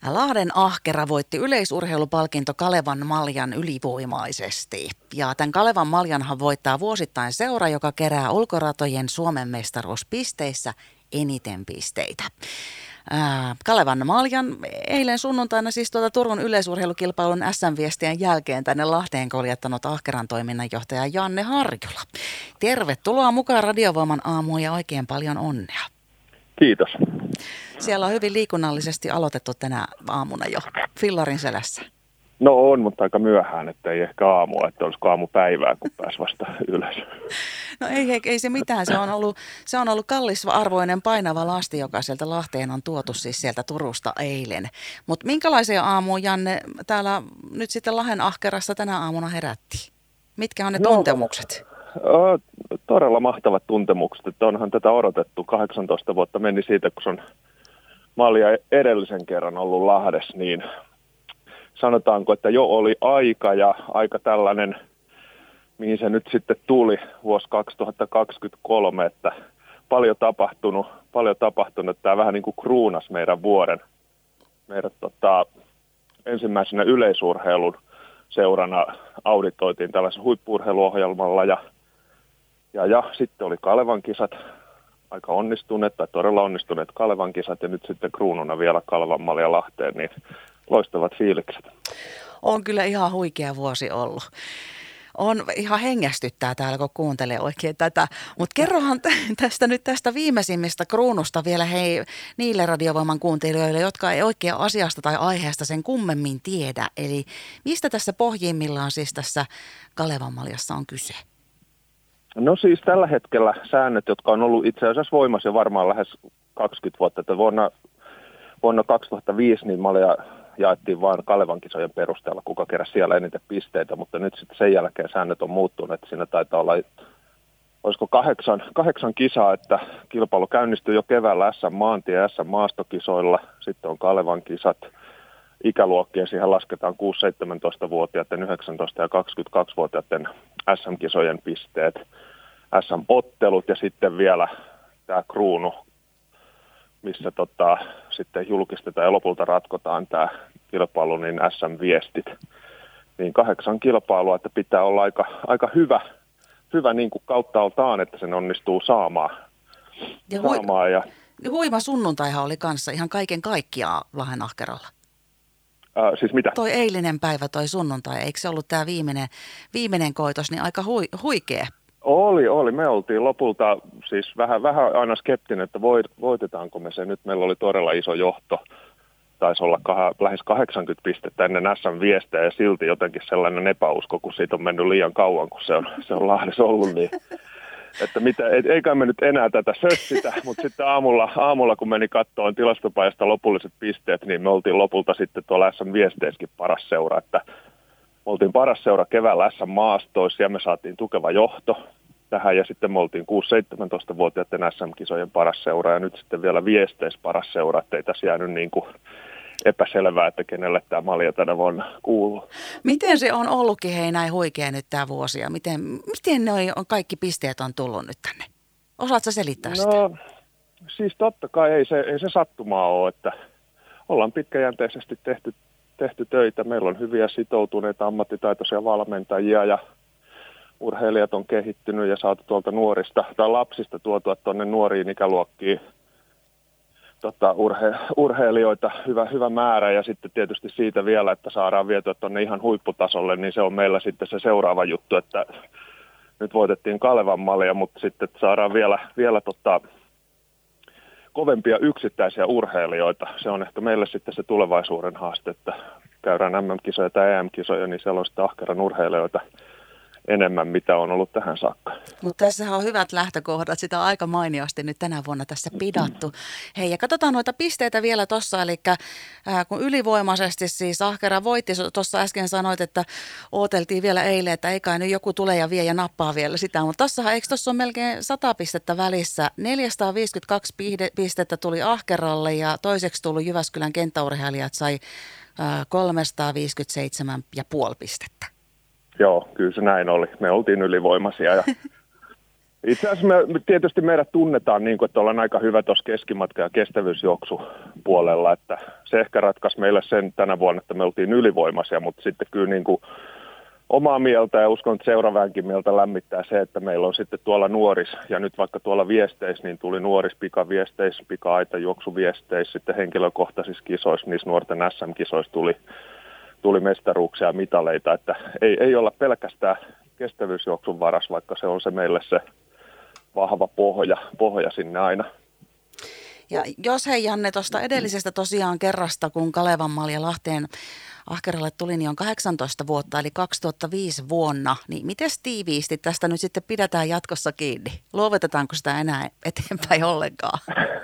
Lahden Ahkera voitti yleisurheilupalkinto Kalevan Maljan ylivoimaisesti. Ja tämän Kalevan Maljanhan voittaa vuosittain seura, joka kerää ulkoratojen Suomen mestaruuspisteissä eniten pisteitä. Kalevan Maljan eilen sunnuntaina siis Turun yleisurheilukilpailun SM-viestien jälkeen tänne Lahteen kuljettanut Ahkeran toiminnanjohtaja Janne Harjula. Tervetuloa mukaan Radiovoiman aamuun ja oikein paljon onnea. Kiitos. Siellä on hyvin liikunnallisesti aloitettu tänä aamuna jo fillarin selässä. No on, mutta aika myöhään, että ei ehkä aamua, että olisiko aamupäivää, kun pääsi vasta ylös. No ei se mitään, se on ollut kallisarvoinen painava lasti, joka sieltä Lahteen on tuotu siis sieltä Turusta eilen. Mutta minkälaisia aamuja, Janne, täällä nyt sitten Lahden Ahkerassa tänä aamuna herättiin? Mitkä on ne tuntemukset? Todella mahtavat tuntemukset, että onhan tätä odotettu. 18 vuotta meni siitä, kun se on Malja edellisen kerran ollut Lahdessa, niin sanotaanko, että jo oli aika ja aika tällainen, mihin se nyt sitten tuli vuosi 2023, että paljon tapahtunut, että tämä vähän niin kuin kruunas meidän vuoden. Meidät ensimmäisenä yleisurheilun seurana auditoitiin tällaisen huippu-urheiluohjelmalla ja sitten oli Kalevan kisat, aika onnistuneet tai todella onnistuneet Kalevan kisat ja nyt sitten kruununa vielä Kalevan Malja Lahteen, niin loistavat fiilikset. On kyllä ihan huikea vuosi ollut. On ihan hengästyttää täällä, kun kuuntelee oikein tätä. Mutta kerrohan tästä viimeisimmistä kruunusta vielä niille Radiovoiman kuuntelijoille, jotka ei oikein asiasta tai aiheesta sen kummemmin tiedä. Eli mistä tässä pohjimmillaan siis tässä Kalevan Maljassa on kyse? No siis tällä hetkellä säännöt, jotka on ollut itse asiassa voimassa jo varmaan lähes 20 vuotta, että vuonna 2005 niin Malja jaettiin vain Kalevan kisojen perusteella, kuka keräsi siellä eniten pisteitä, mutta nyt sitten sen jälkeen säännöt on muuttunut, että siinä taitaa olla, olisiko kahdeksan kisaa, että kilpailu käynnistyi jo keväällä SM-maantie- ja SM-maastokisoilla, sitten on Kalevan kisat, ikäluokkien siihen lasketaan 6-17-vuotiaiden, 19- ja 22-vuotiaiden SM-kisojen pisteet, SM-ottelut ja sitten vielä tämä kruunu, missä sitten julkistetaan ja lopulta ratkotaan tämä kilpailu, niin SM-viestit. Niin 8 kilpailua, että pitää olla aika hyvä niin kuin kauttaaltaan, että sen onnistuu saamaan. Ja huima sunnuntaihan oli kanssa ihan kaiken kaikkiaan Lahden Ahkeralla. Siis mitä? Toi eilinen päivä, toi sunnuntai, eikö se ollut tämä viimeinen koitos, niin aika huikea? Oli. Me oltiin lopulta siis vähän aina skeptinen, että voitetaanko me se. Nyt meillä oli todella iso johto. Taisi olla lähes 80 pistettä ennen SM-viestejä ja silti jotenkin sellainen epäusko, kun siitä on mennyt liian kauan, kun se on Lahdessa ollut. Niin, että eikä me nyt enää tätä sössitä, mutta sitten aamulla kun meni katsomaan tilastopajasta lopulliset pisteet, niin me oltiin lopulta sitten tuolla SM-viesteissäkin paras seura, että me oltiin paras seura keväällä SM-maastoissa ja me saatiin tukeva johto tähän ja sitten me oltiin 6-17-vuotiaiden SM-kisojen paras seura ja nyt sitten vielä viesteissä paras seura, ettei tässä jäänyt niin kuin epäselvää, että kenelle tämä Malja tänä vuonna kuuluu. Miten se on ollutkin näin huikea nyt tämä vuosi ja miten kaikki pisteet on tullut nyt tänne? Osaatko selittää sitä? No siis totta kai ei se sattumaa ole, että ollaan pitkäjänteisesti tehty töitä. Meillä on hyviä sitoutuneita ammattitaitoisia valmentajia ja urheilijat on kehittynyt ja saatu tuolta nuorista tai lapsista tuotua tuonne nuoriin ikäluokkiin urheilijoita hyvä määrä ja sitten tietysti siitä vielä, että saadaan vietyä tuonne ihan huipputasolle, niin se on meillä sitten se seuraava juttu, että nyt voitettiin Kalevan Malja, mutta sitten saadaan vielä kovempia yksittäisiä urheilijoita. Se on ehkä meille sitten se tulevaisuuden haaste, että käydään MM-kisoja tai EM-kisoja, niin siellä on sitten Ahkeran urheilijoita enemmän, mitä on ollut tähän saakka. Mutta tässähän on hyvät lähtökohdat, sitä on aika mainiosti nyt tänä vuonna tässä pidattu. Hei, ja katsotaan noita pisteitä vielä tuossa, eli kun ylivoimaisesti siis Ahkera voitti, tuossa äsken sanoit, että ooteltiin vielä eilen, että ei kai nyt joku tulee ja vie ja nappaa vielä sitä, mutta tossahan, eikö tuossa ole melkein 100 pistettä välissä, 452 pistettä tuli Ahkeralle ja toiseksi tullut Jyväskylän kenttäurheilijat sai 357,5 pistettä. Joo, kyllä se näin oli. Me oltiin ylivoimaisia ja Itse asiassa tietysti meidät tunnetaan niin kuin, että ollaan aika hyvä tuossa keskimatka- ja kestävyysjuoksupuolella, että se ehkä ratkaisi meille sen tänä vuonna, että me oltiin ylivoimaisia, mutta sitten kyllä niin kuin omaa mieltä ja uskon, että seuraavankin mieltä lämmittää se, että meillä on sitten tuolla nuoris, ja nyt vaikka tuolla viesteissä, niin tuli nuoris pikaviesteissä, pika-aitajuoksuviesteissä, sitten henkilökohtaisissa kisoissa, niissä nuorten SM-kisoissa tuli mestaruuksia ja mitaleita, että ei olla pelkästään kestävyysjuoksun varas, vaikka se on se meille se vahva pohja sinne aina. Ja jos hei Janne tuosta edellisestä tosiaan kerrasta, kun Kalevan malja Lahteen Ahkeralle tuli, niin on 18 vuotta, eli 2005 vuonna, niin miten tiiviisti tästä nyt sitten pidetään jatkossa kiinni? Luovutetaanko sitä enää eteenpäin ollenkaan?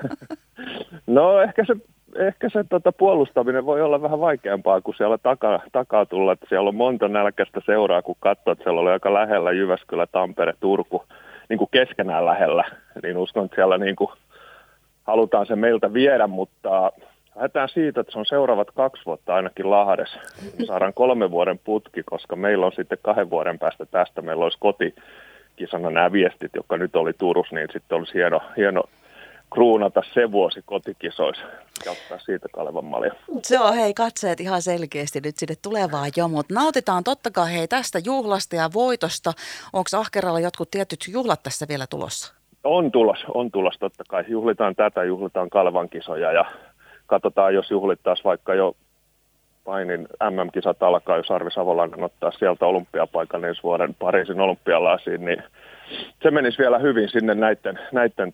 No ehkä se puolustaminen voi olla vähän vaikeampaa kuin siellä takaa tulla, että siellä on monta nälkäistä seuraa, kun katsoo, että siellä oli aika lähellä Jyväskylä, Tampere, Turku, niin kuin keskenään lähellä, niin uskon, että siellä niin kuin halutaan se meiltä viedä, mutta lähdetään siitä, että se on seuraavat 2 vuotta ainakin Lahdessa. Me saadaan 3 vuoden putki, koska meillä on sitten 2 vuoden päästä tästä, meillä olisi kotikisana nämä viestit, jotka nyt oli Turussa, niin sitten olisi hieno kruunata se vuosi kotikisoissa ja ottaa siitä Kalevan malja. Se on hei katseet ihan selkeästi nyt sinne tulevaan jo, mutta nautitaan totta kai hei tästä juhlasta ja voitosta. Onko Ahkeralla jotkut tietyt juhlat tässä vielä tulossa? On tulos totta kai. Juhlitaan Kalevan kisoja ja katsotaan, jos juhlittaisiin vaikka jo painin MM-kisat alkaa, jos Arvi Savolainen ottaa sieltä olympiapaikan ensi vuoden Pariisin olympialaisiin, niin se menisi vielä hyvin sinne näiden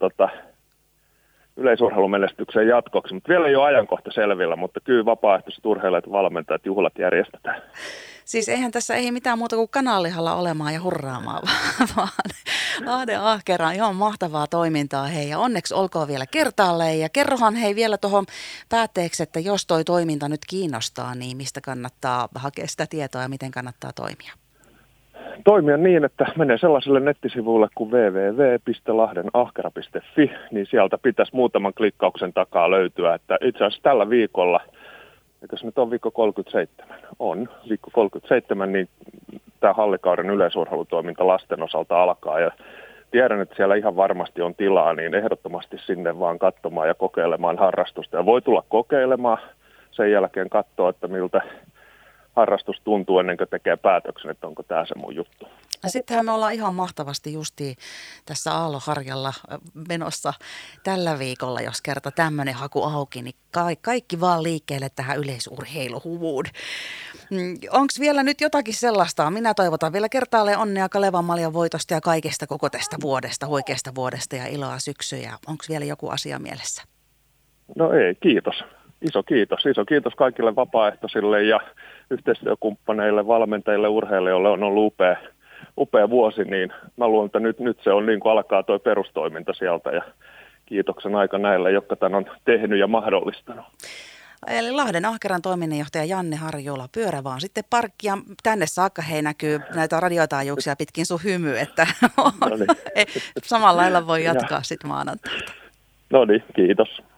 yleisurheilumenestyksen jatkoksi, mutta vielä ei ole ajankohta selvillä, mutta kyllä vapaaehtoiset urheilijat valmentajat juhlat järjestetään. Siis eihän tässä ei mitään muuta kuin kanallihalla olemaan ja hurraamaan, vaan Lahden Ahkera on ihan mahtavaa toimintaa hei ja onneksi olkoon vielä kertaalleen ja kerrohan hei vielä tuohon päätteeksi, että jos toi toiminta nyt kiinnostaa, niin mistä kannattaa hakea sitä tietoa ja miten kannattaa toimia? Toimia niin, että menee sellaiselle nettisivuille kuin www.lahdenahkera.fi, niin sieltä pitäisi muutaman klikkauksen takaa löytyä, että itse asiassa tällä viikolla, eikö se nyt on viikko 37? On, viikko 37, niin tämä hallikauden yleisurheilutoiminta lasten osalta alkaa ja tiedän, että siellä ihan varmasti on tilaa, niin ehdottomasti sinne vaan katsomaan ja kokeilemaan harrastusta ja voi tulla kokeilemaan, sen jälkeen katsoa, että miltä harrastus tuntuu ennen kuin tekee päätöksen, että onko tämä se mun juttu. Sittenhän me ollaan ihan mahtavasti justiin tässä Aalloharjalla menossa tällä viikolla, jos kerta tämmöinen haku auki, niin kaikki vaan liikkeelle tähän yleisurheiluhuvuun. Onko vielä nyt jotakin sellaista? Minä toivotan vielä kertaalleen onnea Kalevan maljan voitosta ja kaikesta koko tästä vuodesta, oikeasta vuodesta ja iloa syksyä. Onko vielä joku asia mielessä? No ei, kiitos. Iso kiitos kaikille vapaaehtoisille ja yhteistyökumppaneille, valmentajille, urheilijoille on ollut upea vuosi, niin mä luulen, että nyt se on niin kuin alkaa toi perustoiminta sieltä ja kiitoksen aika näille, jotka tämän on tehnyt ja mahdollistanut. Eli Lahden Ahkeran toiminnanjohtaja Janne Harjula, pyörä vaan sitten parkkia. Tänne saakka hei näkyy näitä radiotaajuuksia pitkin sun hymy, että samalla lailla voi jatkaa sitten maanantaita. No niin, kiitos.